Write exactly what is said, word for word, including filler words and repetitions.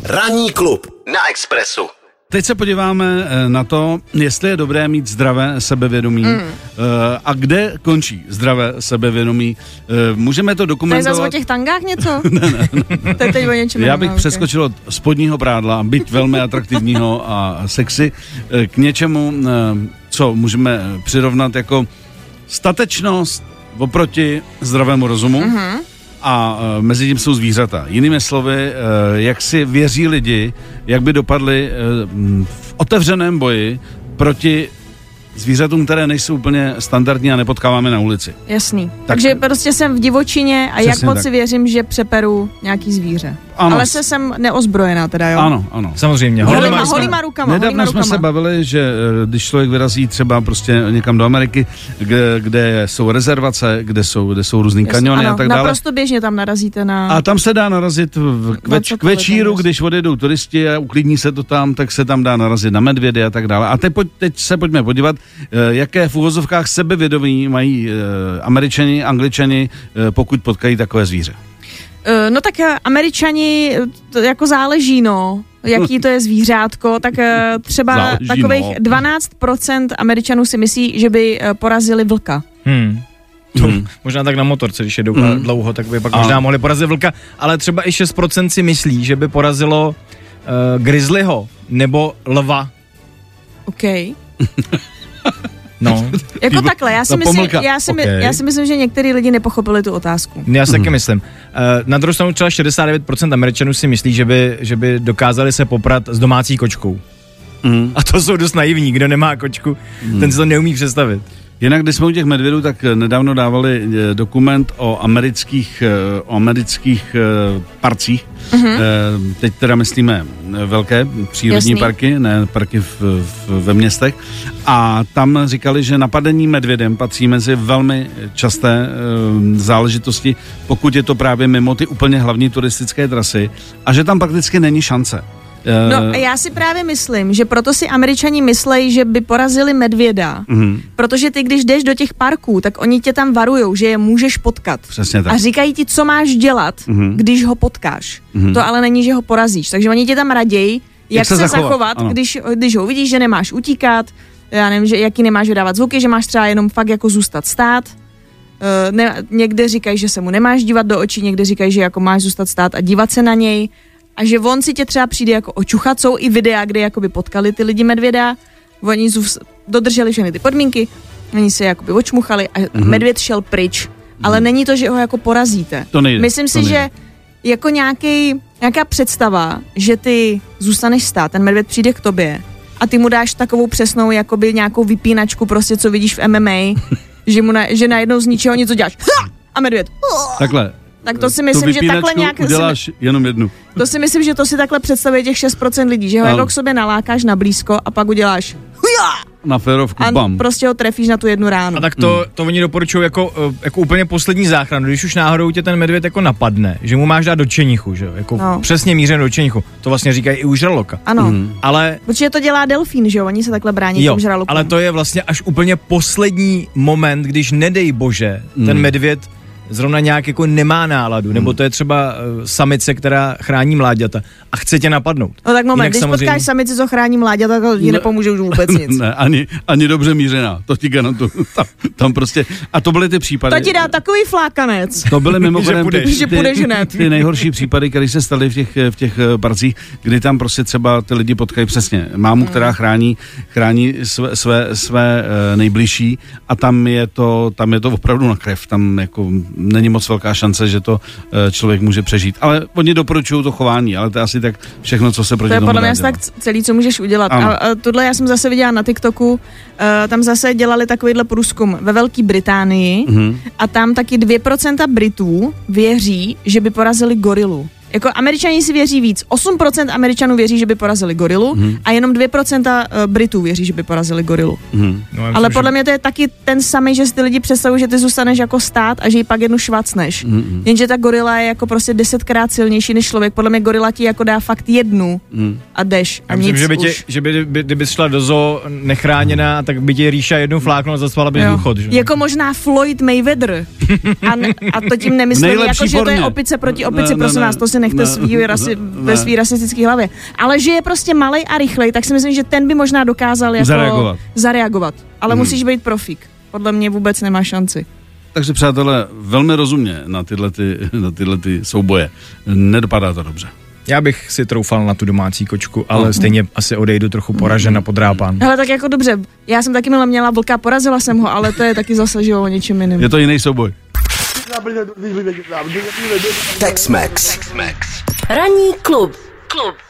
Ranní klub na Expressu. Teď se podíváme na to, jestli je dobré mít zdravé sebevědomí mm. a kde končí zdravé sebevědomí. Můžeme to dokumentovat. To je zase o těch tangách něco? ne, ne, ne. To je teď o něčem. Já bych přeskočil od spodního prádla, byť velmi atraktivního a sexy, k něčemu, co můžeme přirovnat jako statečnost oproti zdravému rozumu. Mm-hmm. A uh, mezi tím jsou zvířata. Jinými slovy, uh, jak si věří lidi, jak by dopadli uh, v otevřeném boji proti zvířatům, které nejsou úplně standardní a nepotkáváme na ulici. Jasný. Tak, Takže prostě jsem v divočině a jak moc tak. si věřím, že přeperu nějaký zvíře. Ano. Ale se jsem neozbrojená teda, jo? Ano, ano. Samozřejmě. Holýma, holýma rukama. Nedávno jsme se bavili, že když člověk vyrazí třeba prostě někam do Ameriky, kde, kde jsou rezervace, kde jsou, kde jsou různý kaniony a tak dále. Naprosto běžně tam narazíte na... A tam se dá narazit v kveč, k večíru, když odjedou turisti a uklidní se to tam, tak se tam dá narazit na medvědy a tak dále. A teď, teď se pojďme podívat, jaké v uvozovkách sebevědomí mají Američani, Angličani, pokud potkají takové zvíře. No tak Američani, to jako záleží, no, jaký to je zvířátko, tak třeba záleží, takových no. dvanáct procent Američanů si myslí, že by porazili vlka. Hmm. To, hmm. Možná tak na motorce, když jedou hmm. dlouho, tak by pak možná a. mohli porazit vlka, ale třeba i šest procent si myslí, že by porazilo uh, grizzlyho nebo lva. OK. No. Jako Týbo, takhle, já si, myslím, já, si okay. my, já si myslím, že některý lidi nepochopili tu otázku. Já si taky mm. myslím. Uh, na druhou stranu třeba šedesát devět procent Američanů si myslí, že by, že by dokázali se poprat s domácí kočkou. Mm. A to jsou dost naivní, kdo nemá kočku, mm. ten si to neumí představit. Jinak, když jsme u těch medvědů, tak nedávno dávali dokument o amerických, o amerických parcích. Mm-hmm. Teď teda myslíme velké přírodní Jasný. parky, ne parky v, v, ve městech. A tam říkali, že napadení medvědem patří mezi velmi časté záležitosti, pokud je to právě mimo ty úplně hlavní turistické trasy. A že tam prakticky není šance. No já si právě myslím, že proto si Američani myslejí, že by porazili medvěda, mm-hmm. protože ty, když jdeš do těch parků, tak oni tě tam varujou, že je můžeš potkat. Přesně tak. A říkají ti, co máš dělat, mm-hmm. když ho potkáš. Mm-hmm. To ale není, že ho porazíš. Takže oni tě tam raději, jak, jak se, se zachovat, zachovat když, když ho uvidíš, že nemáš utíkat, já nevím, že jaký nemáš vydávat zvuky, že máš třeba jenom fakt jako zůstat stát. Uh, ne, někde říkají, že se mu nemáš dívat do očí, někde říkají, že jako máš zůstat stát a dívat se na něj. A že on si tě třeba přijde jako očuchat, jsou i videa, kde jakoby potkali ty lidi medvěda, oni dodrželi všechny ty podmínky, oni se jakoby očmuchali a mm-hmm. medvěd šel pryč, ale mm. není to, že ho jako porazíte. To nejde. Myslím to si, nejde. že jako nějaký, nějaká představa, že ty zůstaneš stát, ten medvěd přijde k tobě a ty mu dáš takovou přesnou jakoby nějakou vypínačku prostě, co vidíš v M M A, že, mu na, že najednou z ničeho něco děláš a medvěd. Takhle. Tak to si myslím, že takhle nějak... uděláš si, jenom jednu. To si myslím, že to si takhle představuje těch šest procent lidí, že ho jako k sobě nalákáš na blízko a pak uděláš na férovku, a bam. prostě ho trefíš na tu jednu ránu. A tak to, to oni doporučují jako, jako úplně poslední záchranu, když už náhodou tě ten medvěd jako napadne, že mu máš dát do čenichu, že jo, jako no. přesně mířen do čenichu. To vlastně říkají i u žraloka. Ano, mm. ale... Protože to dělá delfín, že jo, oni se takhle brání jo, těm žralokům. ale to je vlastně až úplně poslední moment, když nedej bože, mm. ten medvěd zrovna nějak jako nemá náladu, hmm. nebo to je třeba uh, samice, která chrání mláďata a chce tě napadnout. No tak moment, Jinak když samozřejmě... potkáš samici, co chrání mláďata, tak ti ne, nepomůže už vůbec nic. Ne, ani, ani dobře mířená, to ti garantuju. Tam, tam prostě, a to byly ty případy. To ti dá takový flákanec. To byly mimochodem že půjdeš, ty, ty, půjdeš hned. ty nejhorší případy, které se staly v těch, v těch parcích, kdy tam prostě třeba ty lidi potkají přesně mámu, hmm. která chrání, chrání své, své, své nejbližší a tam je to, tam je to opravdu na krev, tam jako není moc velká šance, že to člověk může přežít. Ale oni doporučují to chování, ale to je asi tak všechno, co se proti tomu dá. To je podle mě tak celý, co můžeš udělat. A, a tohle já jsem zase viděla na TikToku, uh, tam zase dělali takovýhle průzkum ve Velké Británii mm-hmm. a tam taky dvě procenta Britů věří, že by porazili gorilu. Jako Američani si věří víc. osm procent Američanů věří, že by porazili gorilu hmm. a jenom dvě procenta Britů věří, že by porazili gorilu. Hmm. No, ale myslím, podle mě to je taky ten samý, že si ty lidi představují, že ty zůstaneš jako stát a že ji pak jednu švacneš. Hmm. Jenže ta gorila je jako prostě desetkrát silnější než člověk. Podle mě gorila ti jako dá fakt jednu hmm. a jdeš a myslím, nic že by, tě, už. že by, by, kdybys šla do zoo nechráněná, tak by tě Ríša jednou fláknul a zaspala bys důchod. Že? Jako možná Floyd Mayweather. a, ne, a to tím nemyslím, jako že to je opice proti opici, ne, prosím ne, vás, to si se nechte svý rasi, ve svý rasistický hlavě. Ale že je prostě malej a rychlej, tak si myslím, že ten by možná dokázal jako zareagovat. zareagovat. Ale hmm. musíš být profík. Podle mě vůbec nemá šanci. Takže přátelé, velmi rozumně na tyhle, ty, na tyhle ty souboje. Nedopadá to dobře. Já bych si troufal na tu domácí kočku, ale no. stejně asi odejdu trochu poražen a podrápán. Hele, tak jako dobře, já jsem taky měla vlka, porazila jsem ho, ale to je taky zase, že o něčem jiným. Je to jiný souboj. Tex-Mex. Ranní klub. Klub.